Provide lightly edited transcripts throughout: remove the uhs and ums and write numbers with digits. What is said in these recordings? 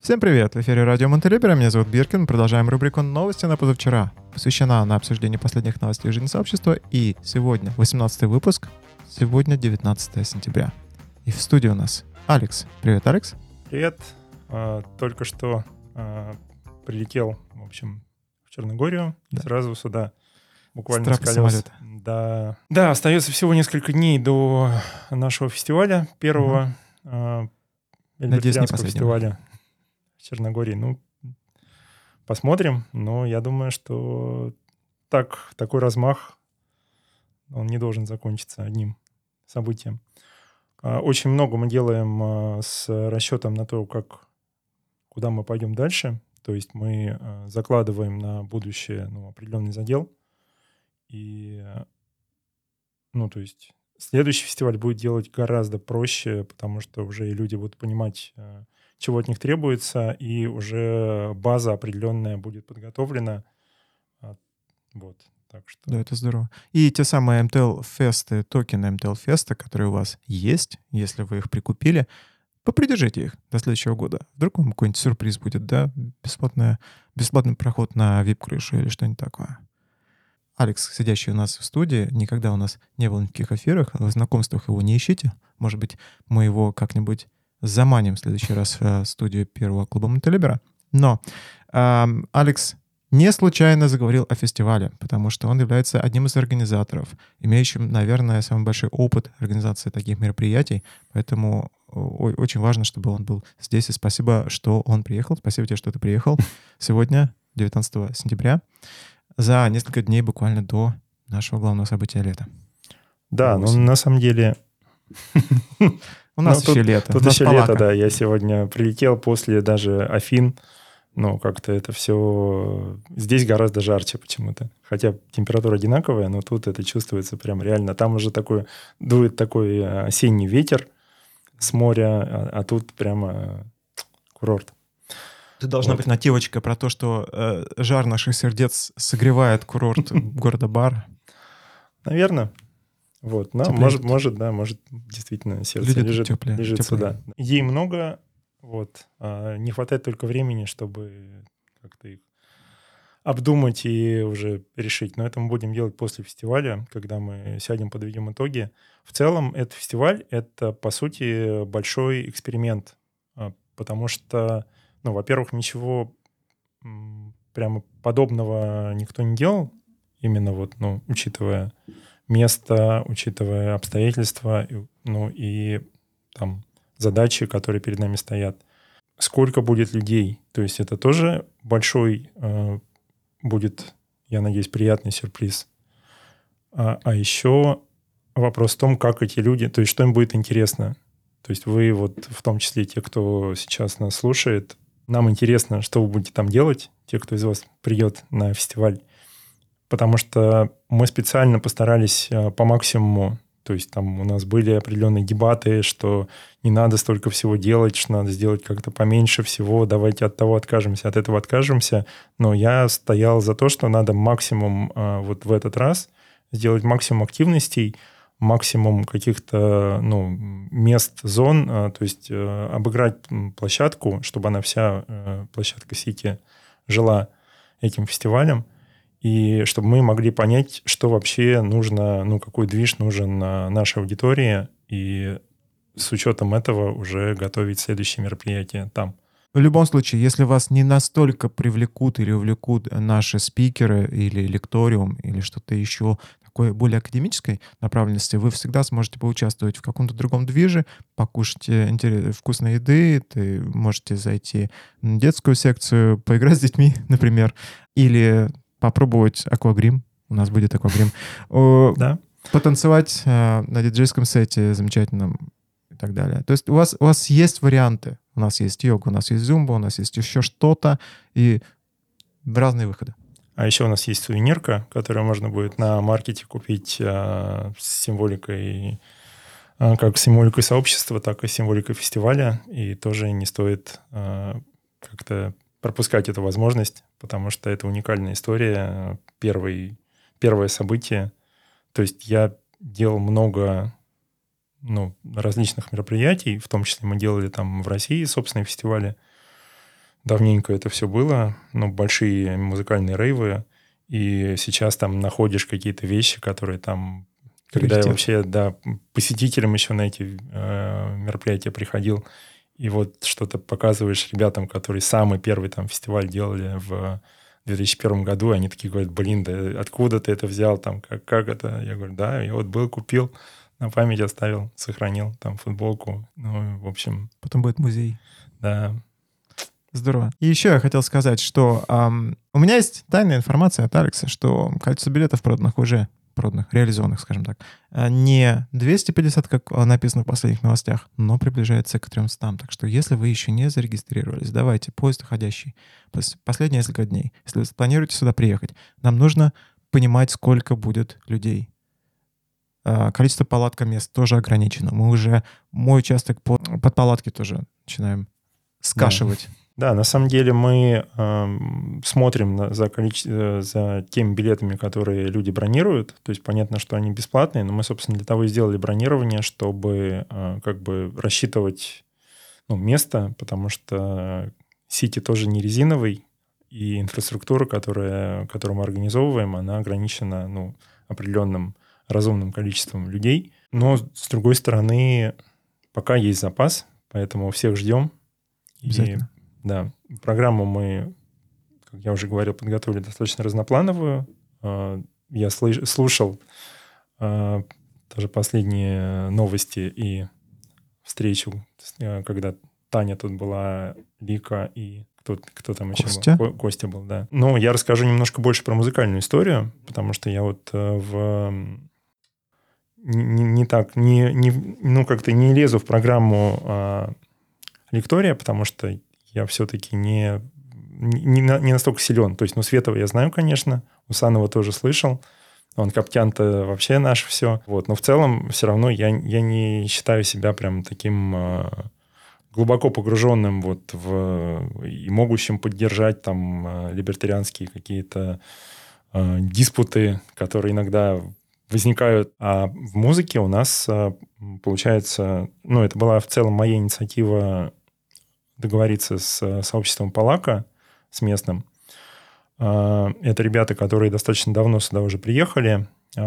Всем привет! В эфире радио Монтелибера. Меня зовут Биркин. Мы продолжаем рубрику «Новости на позавчера». Посвящена она обсуждению последних новостей жизни сообщества. И сегодня 18-й выпуск. Сегодня 19 сентября. И в студии у нас Алекс. Привет, Алекс. Привет. Только что прилетел, в общем, в Черногорию. Да. Сразу сюда. Буквально с колес. Да, остается всего несколько дней до нашего фестиваля, первого либертарианского фестиваля в Черногории. Ну, посмотрим. Но я думаю, что такой размах, он не должен закончиться одним событием. Очень много мы делаем с расчетом на то, куда мы пойдем дальше. То есть мы закладываем на будущее определенный задел. И, то есть следующий фестиваль будет делать гораздо проще, потому что уже и люди будут понимать, чего от них требуется, и уже база определенная будет подготовлена. Вот. Так что... Да, это здорово. И те самые MTL-фесты, токены MTL-феста, которые у вас есть, если вы их прикупили, попридержите их до следующего года. Вдруг вам какой-нибудь сюрприз будет, да? Бесплатный проход на VIP-крышу или что-нибудь такое. Алекс, сидящий у нас в студии, никогда у нас не был в никаких эфирах, в знакомствах его не ищите. Может быть, мы его как-нибудь заманим в следующий раз в студию первого клуба Монтелибера. Но Алекс не случайно заговорил о фестивале, потому что он является одним из организаторов, имеющим, наверное, самый большой опыт организации таких мероприятий. Поэтому очень важно, чтобы он был здесь. И спасибо, что он приехал. Спасибо тебе, что ты приехал сегодня, 19 сентября, за несколько дней буквально до нашего главного события лета. Да, но на самом деле... У нас еще лето. Тут еще лето, да. Я сегодня прилетел после даже Афин. Но как-то это все... Здесь гораздо жарче почему-то. Хотя температура одинаковая, но тут это чувствуется прям реально. Там уже дует такой осенний ветер с моря, а тут прямо курорт. Тут должна быть нативочка про то, что жар наших сердец согревает курорт города Бар. Наверное. Вот. Но может действительно сердце лежит сюда. Идей много. Вот. Не хватает только времени, чтобы как-то их обдумать и уже решить. Но это мы будем делать после фестиваля, когда мы сядем, подведем итоги. В целом, этот фестиваль — это, по сути, большой эксперимент. Потому что, во-первых, ничего прямо подобного никто не делал. Именно учитывая место, учитывая обстоятельства, и там задачи, которые перед нами стоят. Сколько будет людей? То есть это тоже большой будет, я надеюсь, приятный сюрприз. А еще вопрос в том, как эти люди, то есть что им будет интересно. То есть вы в том числе те, кто сейчас нас слушает, нам интересно, что вы будете там делать, те, кто из вас придет на фестиваль. Потому что мы специально постарались по максимуму. То есть там у нас были определенные дебаты, что не надо столько всего делать, что надо сделать как-то поменьше всего, давайте от того откажемся, от этого откажемся. Но я стоял за то, что надо максимум в этот раз сделать максимум активностей, максимум каких-то мест, зон, то есть обыграть площадку, чтобы она вся, площадка Сити, жила этим фестивалем. И чтобы мы могли понять, что вообще нужно, какой движ нужен нашей аудитории, и с учетом этого уже готовить следующие мероприятия там. В любом случае, если вас не настолько привлекут или увлекут наши спикеры или лекториум, или что-то еще такой более академической направленности, вы всегда сможете поучаствовать в каком-то другом движе, покушать вкусной еды, ты можете зайти в детскую секцию, поиграть с детьми, например, или попробовать аквагрим. У нас будет аквагрим. Да. Потанцевать на диджейском сете замечательном и так далее. То есть у вас есть варианты. У нас есть йога, у нас есть зумба, у нас есть еще что-то и разные выходы. А еще у нас есть сувенирка, которую можно будет на маркете купить с символикой, как с символикой сообщества, так и с символикой фестиваля. И тоже не стоит как-то пропускать эту возможность, потому что это уникальная история, первое событие. То есть я делал много различных мероприятий, в том числе мы делали там в России собственные фестивали. давненько это все было, большие музыкальные рейвы, и сейчас там находишь какие-то вещи, которые там... Когда я вообще, посетителем еще на эти мероприятия приходил, и вот что-то показываешь ребятам, которые самый первый там фестиваль делали в 2001 году, они такие говорят, да откуда ты это взял, там, как это? Я говорю, я вот был, купил, на память оставил, сохранил там футболку, в общем... Потом будет музей. Да. Здорово. И еще я хотел сказать, что у меня есть тайная информация от Алекса, что количество билетов реализованных, скажем так, не 250, как написано в последних новостях, но приближается к 300. Так что если вы еще не зарегистрировались, давайте, поезд уходящий, последние несколько дней, если вы планируете сюда приехать, нам нужно понимать, сколько будет людей. Количество палатка-мест тоже ограничено. Мы уже мой участок под палатки тоже начинаем скашивать. Да, на самом деле мы смотрим за теми билетами, которые люди бронируют. То есть понятно, что они бесплатные, но мы, собственно, для того и сделали бронирование, чтобы рассчитывать место, потому что Сити тоже не резиновый, и инфраструктура, которую мы организовываем, она ограничена определенным разумным количеством людей. Но, с другой стороны, пока есть запас, поэтому всех ждем. Обязательно. Да, программу мы, как я уже говорил, подготовили достаточно разноплановую. Я слушал даже последние новости и встречу, когда Таня тут была, Лика и кто там еще Костя? был? Костя был, да. Но я расскажу немножко больше про музыкальную историю, потому что я вот как-то не лезу в программу лектория, потому что я все-таки не настолько силен. То есть, Светова я знаю, конечно, Усанова тоже слышал. Он Коптян-то вообще наш все. Вот. Но в целом все равно я не считаю себя прям таким глубоко погруженным и могущим поддержать там либертарианские какие-то диспуты, которые иногда возникают. А в музыке у нас получается... это была в целом моя инициатива договориться с сообществом Палака, с местным. Это ребята, которые достаточно давно сюда уже приехали,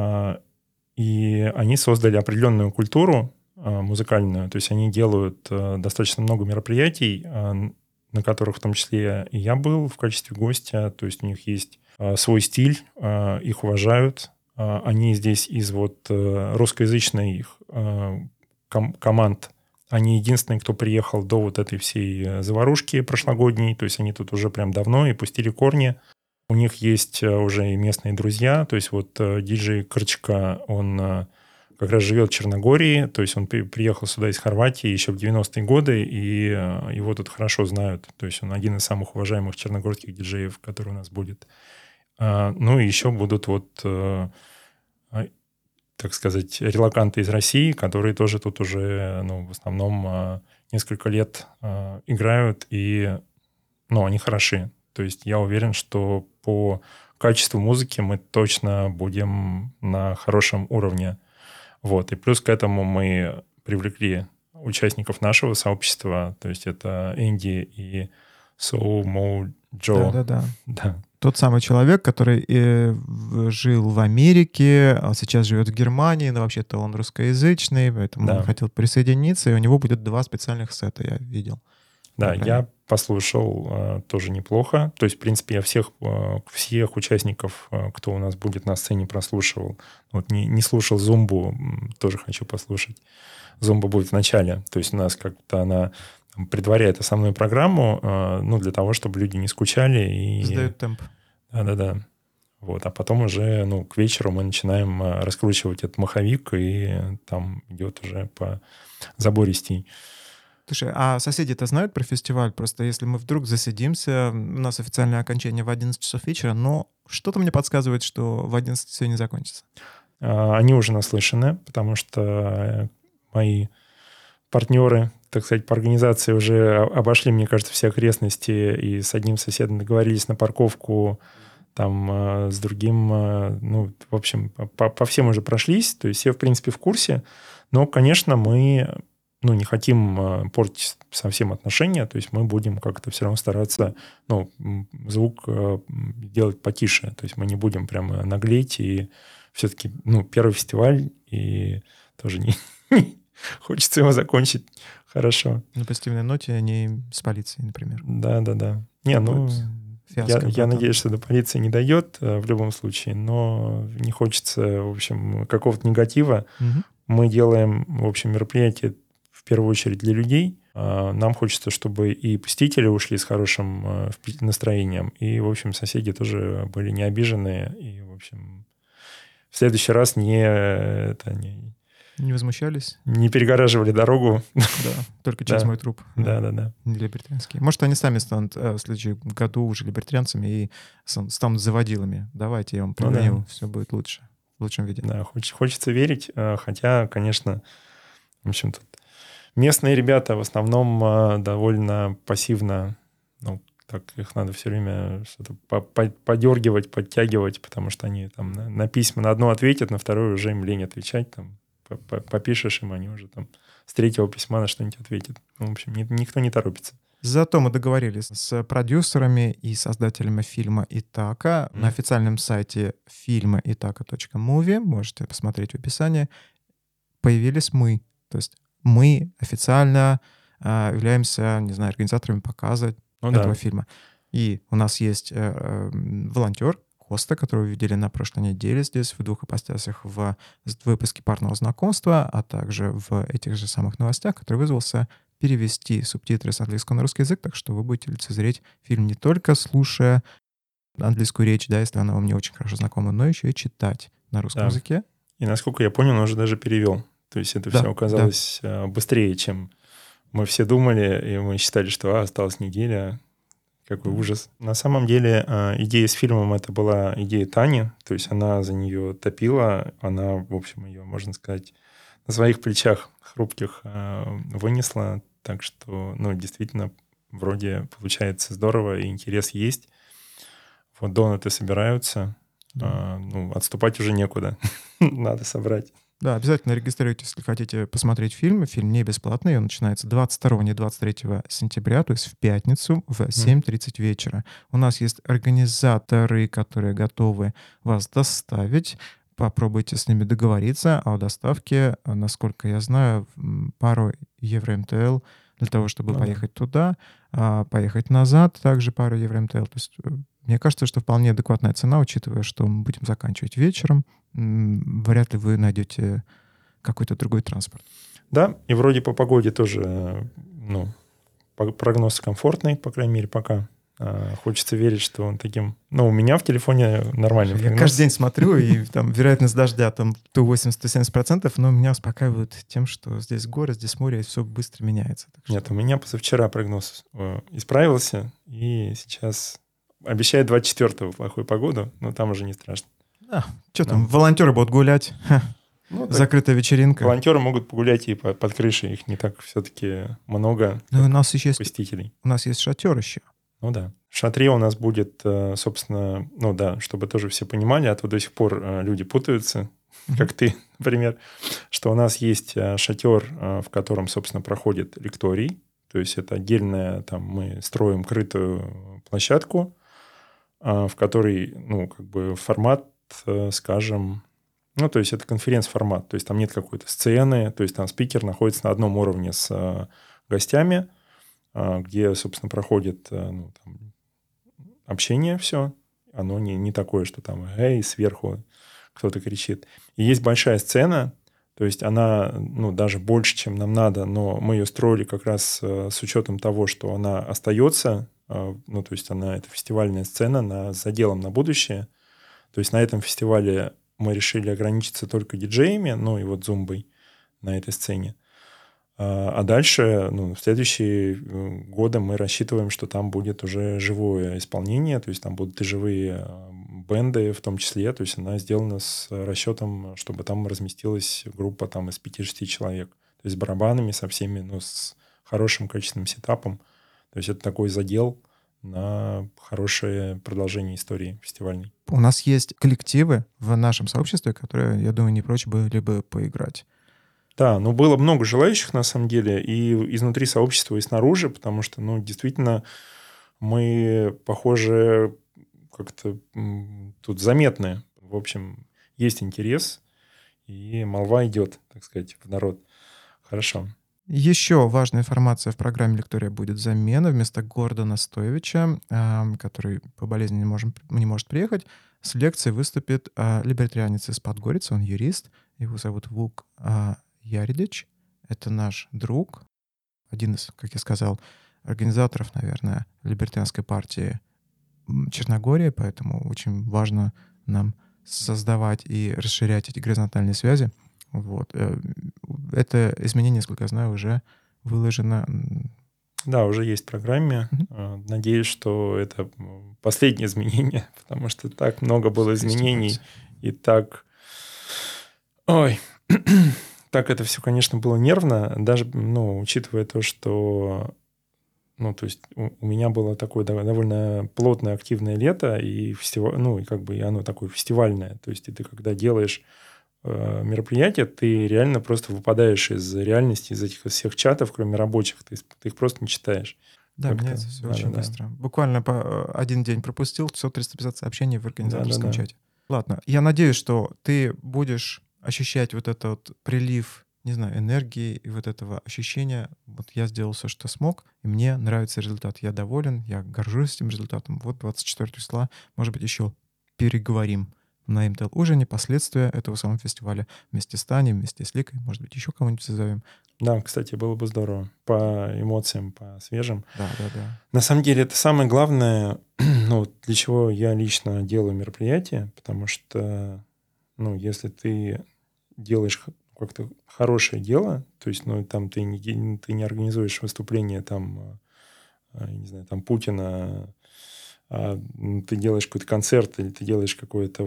и они создали определенную культуру музыкальную. То есть они делают достаточно много мероприятий, на которых в том числе и я был в качестве гостя. То есть у них есть свой стиль, их уважают. Они здесь из русскоязычных команд. Они единственные, кто приехал до вот этой всей заварушки прошлогодней. То есть они тут уже прям давно и пустили корни. У них есть уже и местные друзья. То есть диджей Крчка, он как раз живет в Черногории. То есть он приехал сюда из Хорватии еще в 90-е годы, и его тут хорошо знают. То есть он один из самых уважаемых черногорских диджеев, который у нас будет. И еще будут так сказать, релоканты из России, которые тоже тут уже, в основном несколько лет играют, и, они хороши. То есть я уверен, что по качеству музыки мы точно будем на хорошем уровне. Вот. И плюс к этому мы привлекли участников нашего сообщества, то есть это Энди и Соу Мо Джо. Да. Тот самый человек, который жил в Америке, а сейчас живет в Германии, но вообще-то он русскоязычный, поэтому он хотел присоединиться, и у него будет 2 специальных сета, я видел. Да, я послушал тоже неплохо. То есть, в принципе, я всех участников, кто у нас будет на сцене, прослушивал. Не слушал Зумбу, тоже хочу послушать. Зумба будет в начале. То есть у нас как-то она предваряет основную программу, для того, чтобы люди не скучали. И... Сдают темп. Да. А потом уже, к вечеру мы начинаем раскручивать этот маховик, и там идет уже по забористей. Слушай, а соседи-то знают про фестиваль? Просто если мы вдруг засидимся, у нас официальное окончание в 11 часов вечера, но что-то мне подсказывает, что в 11 все не закончится. Они уже наслышаны, потому что мои партнеры, так сказать, по организации уже обошли, мне кажется, все окрестности, и с одним соседом договорились на парковку, там с другим, в общем, по всем уже прошлись, то есть все, в принципе, в курсе. Но, конечно, мы не хотим портить совсем отношения, то есть мы будем как-то все равно стараться, звук делать потише, то есть мы не будем прямо наглеть, и все-таки, первый фестиваль, и тоже не хочется его закончить хорошо. На позитивной ноте, а не с полицией, например. Да. Я надеюсь, что до полиции не дойдет в любом случае, но не хочется, в общем, какого-то негатива. Угу. Мы делаем, в общем, мероприятие в первую очередь для людей. Нам хочется, чтобы и посетители ушли с хорошим настроением, и, в общем, соседи тоже были не обижены, и, в общем, в следующий раз не возмущались? Не перегораживали дорогу. Да, только через мой труп. Да. Не либертарианские. Может, они сами станут в следующем году уже либертарианцами и станут заводилами. Давайте, я вам продаю, все будет лучше. В лучшем виде. Да, хочется верить, хотя, конечно, в общем, тут местные ребята в основном довольно пассивно, так их надо все время что-то подергивать, подтягивать, потому что они там на письма на одно ответят, на второе уже им лень отвечать, там, попишешь им, они уже там с третьего письма на что-нибудь ответят. В общем, никто не торопится. Зато мы договорились с продюсерами и создателями фильма «Итака». На официальном сайте фильма itaka.movie, можете посмотреть в описании, появились мы. То есть мы официально являемся, не знаю, организаторами показа этого фильма. И у нас есть волонтер Коста, которого вы видели на прошлой неделе здесь в двух ипостасях, в выпуске «Парного знакомства», а также в этих же самых новостях, который вызвался перевести субтитры с английского на русский язык, так что вы будете лицезреть фильм не только слушая английскую речь, да, если она вам не очень хорошо знакома, но еще и читать на русском языке. И, насколько я понял, он уже даже перевел. То есть это все оказалось быстрее, чем мы все думали, и мы считали, что осталась неделя. Какой ужас. На самом деле идея с фильмом это была идея Тани, то есть она за нее топила, она, в общем, ее, можно сказать, на своих плечах хрупких вынесла, так что, действительно, вроде получается здорово, и интерес есть. Вот донаты собираются, отступать уже некуда, надо собрать. Да, обязательно регистрируйтесь, если хотите посмотреть фильм. Фильм не бесплатный, он начинается 22, не 23 сентября, то есть в пятницу в 7:30 вечера. У нас есть организаторы, которые готовы вас доставить. Попробуйте с ними договориться о доставке. Насколько я знаю, пару евро МТЛ для того, чтобы поехать туда, поехать назад, также пару евро МТЛ. То есть мне кажется, что вполне адекватная цена, учитывая, что мы будем заканчивать вечером. Вряд ли вы найдете какой-то другой транспорт. Да, и вроде по погоде тоже, прогноз комфортный, по крайней мере, пока. Хочется верить, что он таким... у меня в телефоне нормальный прогноз. Я каждый день смотрю, и там вероятность дождя там то 80-170%, но меня успокаивают тем, что здесь горы, здесь море, и все быстро меняется. Нет, у меня позавчера прогноз исправился, и сейчас обещает 24-го плохую погоду, но там уже не страшно. Что там, волонтеры будут гулять? Закрытая вечеринка. Волонтеры могут погулять и под крышей, их не так все-таки много у нас еще посетителей. У нас есть шатер еще. В шатре у нас будет, собственно, чтобы тоже все понимали, а то до сих пор люди путаются, как ты, например, что у нас есть шатер, в котором, собственно, проходит лекторий, то есть это отдельная, там мы строим крытую площадку, в которой, формат, скажем, то есть это конференц-формат, то есть там нет какой-то сцены, то есть там спикер находится на одном уровне с гостями, где, собственно, проходит общение все. Оно не такое, что там сверху кто-то кричит. И есть большая сцена, то есть она даже больше, чем нам надо, но мы ее строили как раз с учетом того, что она остается, то есть это фестивальная сцена с заделом на будущее. То есть на этом фестивале мы решили ограничиться только диджеями, и вот зумбой на этой сцене. А дальше, в следующие годы мы рассчитываем, что там будет уже живое исполнение, то есть там будут и живые бенды в том числе, то есть она сделана с расчетом, чтобы там разместилась группа там из 5-6 человек, то есть с барабанами, со всеми, с хорошим качественным сетапом. То есть это такой задел на хорошее продолжение истории фестивальной. У нас есть коллективы в нашем сообществе, которые, я думаю, не прочь были бы поиграть. Да, но было много желающих, на самом деле, и изнутри сообщества, и снаружи, потому что, действительно, мы, похоже, как-то тут заметны. В общем, есть интерес, и молва идет, так сказать, в народ. Хорошо. Еще важная информация: в программе «Лектория» будет замена. Вместо Гордона Стоевича, который по болезни не может приехать, с лекцией выступит либертарианец из Подгорицы, он юрист. Его зовут Вук Яридич. Это наш друг, один из, как я сказал, организаторов, наверное, либертарианской партии Черногории, поэтому очень важно нам создавать и расширять эти горизонтальные связи. Вот. Это изменение, насколько я знаю, уже выложено. Да, уже есть в программе. Надеюсь, что это последнее изменение, потому что так много было изменений. И так... Ой, так это все, конечно, было нервно, даже, учитывая то, что... то есть у меня было такое довольно плотное, активное лето, и и оно такое фестивальное. То есть ты когда делаешь мероприятие, ты реально просто выпадаешь из реальности, из этих всех чатов, кроме рабочих. Ты их просто не читаешь. Да, меняется все очень быстро. Буквально один день пропустил, все 350 сообщений в организаторском чате. Ладно, я надеюсь, что ты будешь ощущать вот этот вот прилив, не знаю, энергии и вот этого ощущения. Вот я сделал все, что смог, и мне нравится результат. Я доволен, я горжусь этим результатом. Вот 24 числа, может быть, еще переговорим на МТЛ ужине последствия этого самого фестиваля. Вместе с Таней, вместе с Ликой, может быть, еще кого-нибудь созовем. Да, кстати, было бы здорово. По эмоциям, по свежим. Да. На самом деле, это самое главное, для чего я лично делаю мероприятие, потому что, если ты делаешь как-то хорошее дело, то есть, там ты не организуешь выступление там, я не знаю, там Путина, а ты делаешь какой-то концерт или ты делаешь какое-то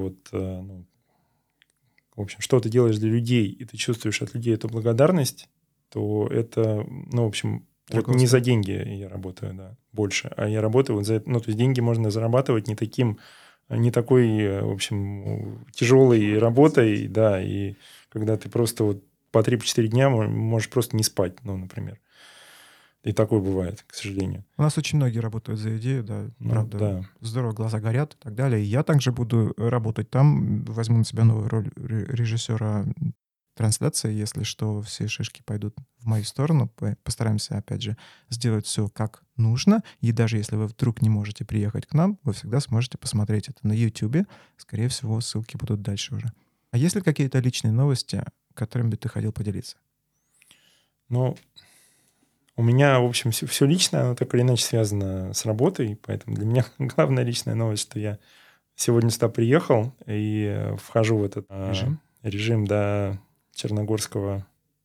в общем, что ты делаешь для людей, и ты чувствуешь от людей эту благодарность, то это, в общем, вот не за деньги я работаю, да, больше, а я работаю вот за это. То есть деньги можно зарабатывать не такой, в общем, тяжелой работой, да, и когда ты просто вот по 3-4 дня можешь просто не спать, например. И такое бывает, к сожалению. У нас очень многие работают за идею, да, правда. Да. Здорово, глаза горят и так далее. И я также буду работать там, возьму на себя новую роль режиссера трансляции. Если что, все шишки пойдут в мою сторону. Постараемся, опять же, сделать все как нужно. И даже если вы вдруг не можете приехать к нам, вы всегда сможете посмотреть это на YouTube. Скорее всего, ссылки будут дальше уже. А есть ли какие-то личные новости, которыми бы ты хотел поделиться? У меня, в общем, все личное, оно так или иначе связано с работой, поэтому для меня главная личная новость, что я сегодня сюда приехал и вхожу в этот режим черногорского,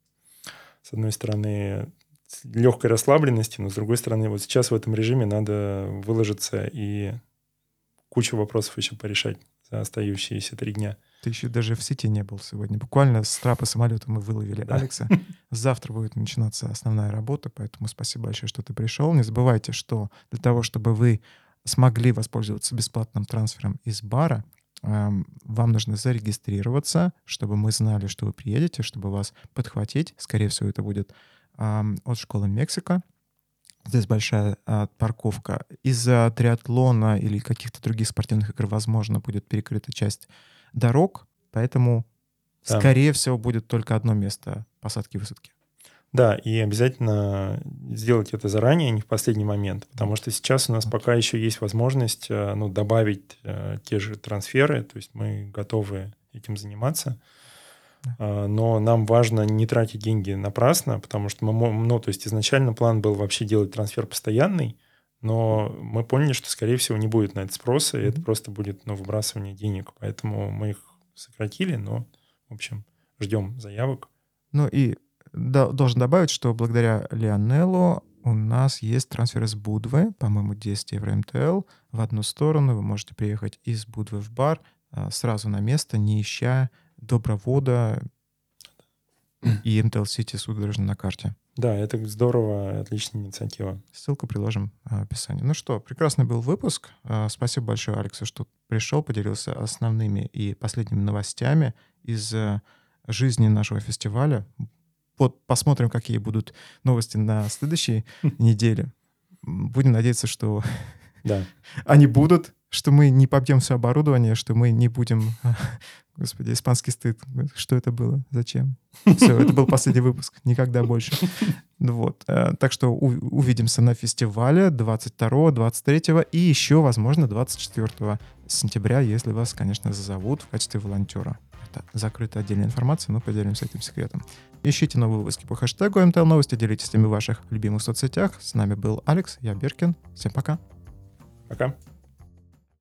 с одной стороны, легкой расслабленности, но с другой стороны, вот сейчас в этом режиме надо выложиться и кучу вопросов еще порешать за остающиеся 3 дня. Ты еще даже в сети не был сегодня. Буквально с трапа самолета мы выловили Алекса. Завтра будет начинаться основная работа, поэтому спасибо большое, что ты пришел. Не забывайте, что для того, чтобы вы смогли воспользоваться бесплатным трансфером из бара, вам нужно зарегистрироваться, чтобы мы знали, что вы приедете, чтобы вас подхватить. Скорее всего, это будет от школы Мексика. Здесь большая парковка. Из-за триатлона или каких-то других спортивных игр, возможно, будет перекрыта часть дорог, поэтому, скорее всего, будет только одно место посадки и высадки. Да, и обязательно сделать это заранее, не в последний момент, потому что сейчас у нас пока еще есть возможность добавить те же трансферы, то есть мы готовы этим заниматься, но нам важно не тратить деньги напрасно, потому что то есть изначально план был вообще делать трансфер постоянный, но мы поняли, что, скорее всего, не будет на это спроса, и это просто будет выбрасывание денег. Поэтому мы их сократили, но, в общем, ждем заявок. И должен добавить, что благодаря Лионеллу у нас есть трансфер из Будвы, по-моему, 10 евро МТЛ в одну сторону. Вы можете приехать из Будвы в бар сразу на место, не ища Добровода и МТЛ Сити судорожно на карте. Да, это здорово, отличная инициатива. Ссылку приложим в описании. Ну что, прекрасный был выпуск. Спасибо большое, Алексу, что пришел, поделился основными и последними новостями из жизни нашего фестиваля. Вот посмотрим, какие будут новости на следующей неделе. Будем надеяться, что они будут, что мы не побьем все оборудование, что мы не будем... Господи, испанский стыд. Что это было? Зачем? Все, это был последний выпуск. Никогда больше. Вот. Так что увидимся на фестивале 22, 23 и еще, возможно, 24 сентября, если вас, конечно, зазовут в качестве волонтера. Это закрытая отдельная информация, но поделимся этим секретом. Ищите новые выпуски по хэштегу МТЛ Новости, делитесь ими в ваших любимых соцсетях. С нами был Алекс, я Беркин. Всем пока. Пока.